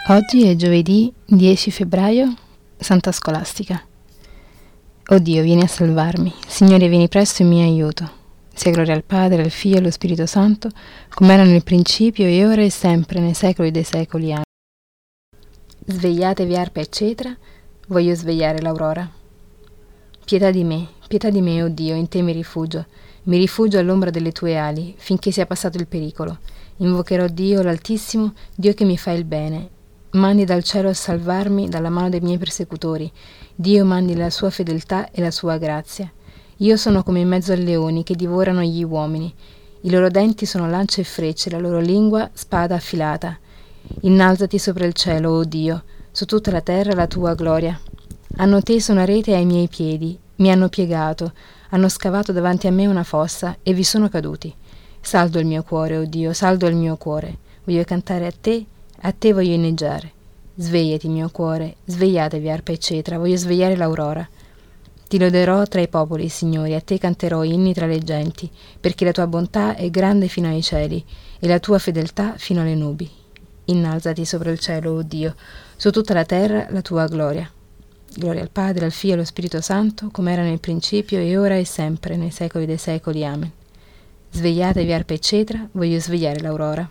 Oggi è giovedì 10 febbraio, Santa Scolastica. O Dio, vieni a salvarmi. Signore, vieni presto in mio aiuto. Sia gloria al Padre, al Figlio e allo Spirito Santo, come era nel principio e ora e sempre, nei secoli dei secoli. Amen. Svegliatevi arpa e cetra, voglio svegliare l'aurora. Pietà di me, o Dio, in te mi rifugio all'ombra delle tue ali, finché sia passato il pericolo. Invocherò Dio l'Altissimo, Dio che mi fa il bene. Mandi dal cielo a salvarmi dalla mano dei miei persecutori. Dio mandi la sua fedeltà e la sua grazia. Io sono come in mezzo a leoni che divorano gli uomini. I loro denti sono lance e frecce, la loro lingua spada affilata. Innalzati sopra il cielo, o Dio, su tutta la terra la tua gloria. Hanno teso una rete ai miei piedi, mi hanno piegato, hanno scavato davanti a me una fossa e vi sono caduti. Saldo il mio cuore, o Dio, saldo il mio cuore. Voglio cantare a te voglio inneggiare. Svegliati, mio cuore, svegliatevi arpa e cetra, voglio svegliare l'aurora. Ti loderò tra i popoli, Signore, a te canterò inni tra le genti, perché la tua bontà è grande fino ai cieli e la tua fedeltà fino alle nubi. Innalzati sopra il cielo, o Dio, su tutta la terra la tua gloria. Gloria al Padre, al Figlio e allo Spirito Santo, come era nel principio e ora e sempre, nei secoli dei secoli. Amen. Svegliatevi arpa e cetra, voglio svegliare l'aurora.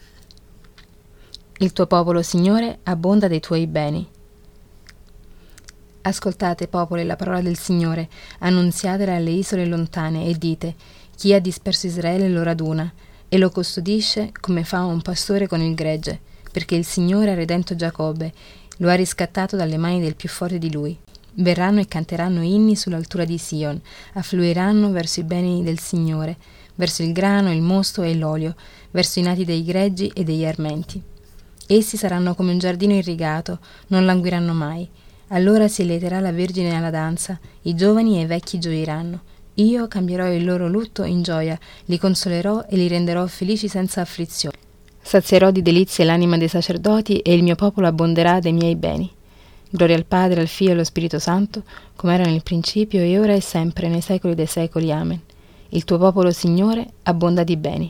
Il tuo popolo, Signore, abbonda dei tuoi beni. Ascoltate, popoli, la parola del Signore, annunziatela alle isole lontane e dite: chi ha disperso Israele lo raduna e lo custodisce come fa un pastore con il gregge, perché il Signore ha redento Giacobbe, lo ha riscattato dalle mani del più forte di lui. Verranno e canteranno inni sull'altura di Sion, affluiranno verso i beni del Signore, verso il grano, il mosto e l'olio, verso i nati dei greggi e degli armenti. Essi saranno come un giardino irrigato, non languiranno mai. Allora si elleterà la Vergine alla danza, i giovani e i vecchi gioiranno. Io cambierò il loro lutto in gioia, li consolerò e li renderò felici senza afflizione. Sazierò di delizie l'anima dei sacerdoti e il mio popolo abbonderà dei miei beni. Gloria al Padre, al Figlio e allo Spirito Santo, come era nel principio e ora e sempre, nei secoli dei secoli. Amen. Il tuo popolo, Signore, abbonda di beni.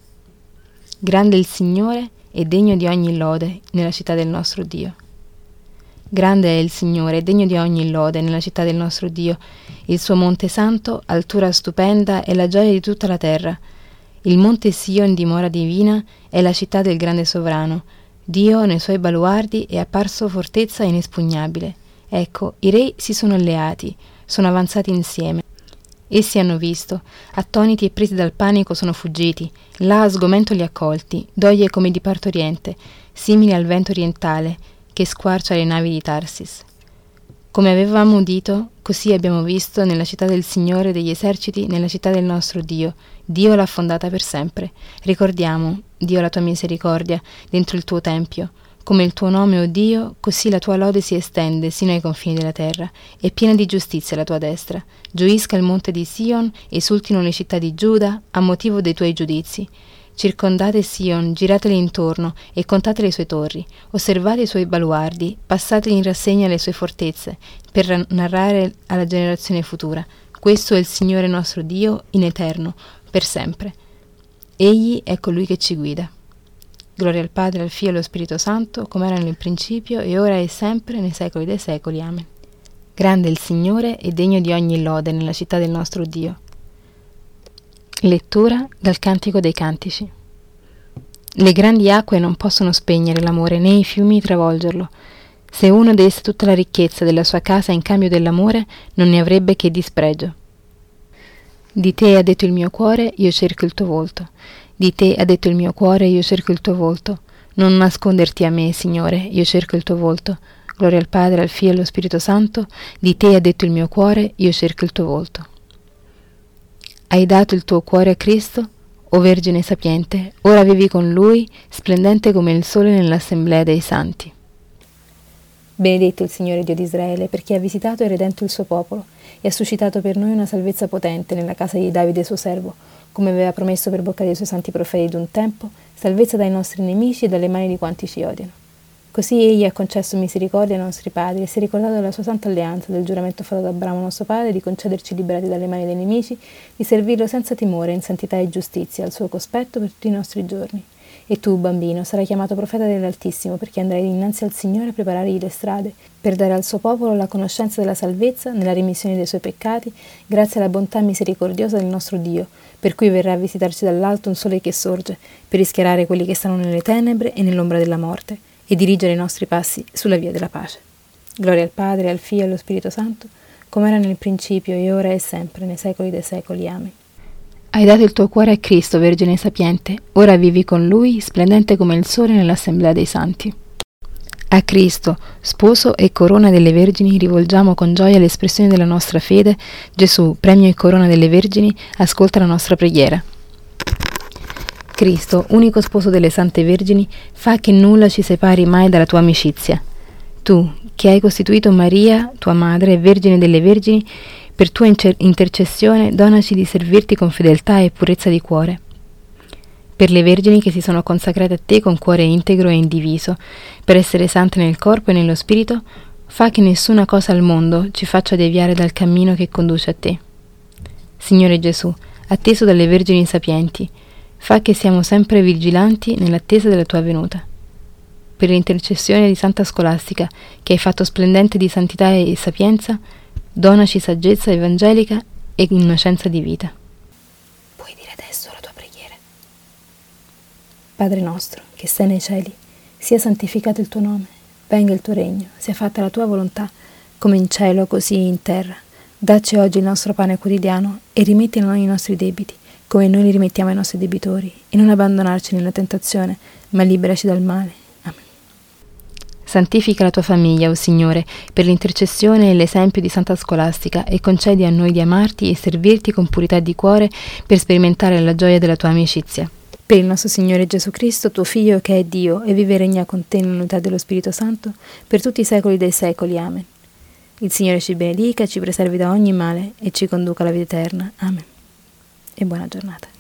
Grande il Signore e degno di ogni lode nella città del nostro Dio. Grande è il Signore, degno di ogni lode nella città del nostro Dio. Il suo monte santo, altura stupenda, è la gioia di tutta la terra. Il monte Sion, dimora divina, è la città del grande sovrano. Dio nei suoi baluardi è apparso fortezza inespugnabile. Ecco, i re si sono alleati, sono avanzati insieme. Essi hanno visto, attoniti e presi dal panico sono fuggiti, là a sgomento li ha colti, doglie come di partoriente, simili al vento orientale, che squarcia le navi di Tarsis. Come avevamo udito, così abbiamo visto nella città del Signore degli eserciti, nella città del nostro Dio. Dio l'ha fondata per sempre. Ricordiamo, Dio, la tua misericordia dentro il tuo tempio. Come il tuo nome, o Dio, così la tua lode si estende sino ai confini della terra. È piena di giustizia la tua destra. Gioisca il monte di Sion, esultino le città di Giuda a motivo dei tuoi giudizi. Circondate Sion, giratele intorno e contate le sue torri, osservate i suoi baluardi, passate in rassegna le sue fortezze, per narrare alla generazione futura. Questo è il Signore nostro Dio in eterno, per sempre. Egli è colui che ci guida. Gloria al Padre, al Figlio e allo Spirito Santo, come era nel principio e ora e sempre, nei secoli dei secoli. Amen. Grande è il Signore e degno di ogni lode nella città del nostro Dio. Lettura dal Cantico dei Cantici. Le grandi acque non possono spegnere l'amore, né i fiumi travolgerlo. Se uno desse tutta la ricchezza della sua casa in cambio dell'amore, non ne avrebbe che dispregio. Di te ha detto il mio cuore, io cerco il tuo volto. Di te ha detto il mio cuore, io cerco il tuo volto. Non nasconderti a me, Signore, io cerco il tuo volto. Gloria al Padre, al Figlio e allo Spirito Santo. Di te ha detto il mio cuore, io cerco il tuo volto. Hai dato il tuo cuore a Cristo, o Vergine sapiente, ora vivi con Lui, splendente come il sole nell'assemblea dei santi. Benedetto il Signore Dio di Israele, perché ha visitato e redento il suo popolo, e ha suscitato per noi una salvezza potente nella casa di Davide suo servo, come aveva promesso per bocca dei suoi santi profeti d'un tempo, salvezza dai nostri nemici e dalle mani di quanti ci odiano. Così egli ha concesso misericordia ai nostri padri e si è ricordato della sua santa alleanza, del giuramento fatto da Abramo nostro padre, di concederci liberati dalle mani dei nemici, di servirlo senza timore, in santità e giustizia, al suo cospetto per tutti i nostri giorni. E tu, bambino, sarai chiamato profeta dell'Altissimo, perché andrai dinanzi al Signore a preparargli le strade, per dare al suo popolo la conoscenza della salvezza nella remissione dei suoi peccati, grazie alla bontà misericordiosa del nostro Dio, per cui verrà a visitarci dall'alto un sole che sorge, per rischiarare quelli che stanno nelle tenebre e nell'ombra della morte, e dirigere i nostri passi sulla via della pace. Gloria al Padre, al Figlio e allo Spirito Santo, come era nel principio, e ora e sempre, nei secoli dei secoli. Amen. Hai dato il tuo cuore a Cristo, Vergine sapiente, ora vivi con Lui, splendente come il sole nell'assemblea dei santi. A Cristo, sposo e corona delle vergini, rivolgiamo con gioia l'espressione della nostra fede. Gesù, premio e corona delle vergini, ascolta la nostra preghiera. Cristo, unico sposo delle sante vergini, fa che nulla ci separi mai dalla tua amicizia. Tu, che hai costituito Maria, tua madre, Vergine delle Vergini, per tua intercessione donaci di servirti con fedeltà e purezza di cuore. Per le vergini che si sono consacrate a te con cuore integro e indiviso, per essere sante nel corpo e nello spirito, fa che nessuna cosa al mondo ci faccia deviare dal cammino che conduce a te. Signore Gesù, atteso dalle vergini sapienti, fa che siamo sempre vigilanti nell'attesa della tua venuta. Per l'intercessione di Santa Scolastica, che hai fatto splendente di santità e sapienza, donaci saggezza evangelica e innocenza di vita. Puoi dire adesso la tua preghiera. Padre nostro, che sei nei cieli, sia santificato il tuo nome, venga il tuo regno, sia fatta la tua volontà, come in cielo così in terra. Dacci oggi il nostro pane quotidiano e rimetti a noi i nostri debiti, come noi li rimettiamo ai nostri debitori, e non abbandonarci nella tentazione, ma liberaci dal male. Santifica la tua famiglia, o Signore, per l'intercessione e l'esempio di Santa Scolastica, e concedi a noi di amarti e servirti con purità di cuore per sperimentare la gioia della tua amicizia. Per il nostro Signore Gesù Cristo, tuo Figlio, che è Dio e vive e regna con te nell'unità dello Spirito Santo, per tutti i secoli dei secoli. Amen. Il Signore ci benedica, ci preservi da ogni male e ci conduca alla vita eterna. Amen. E buona giornata.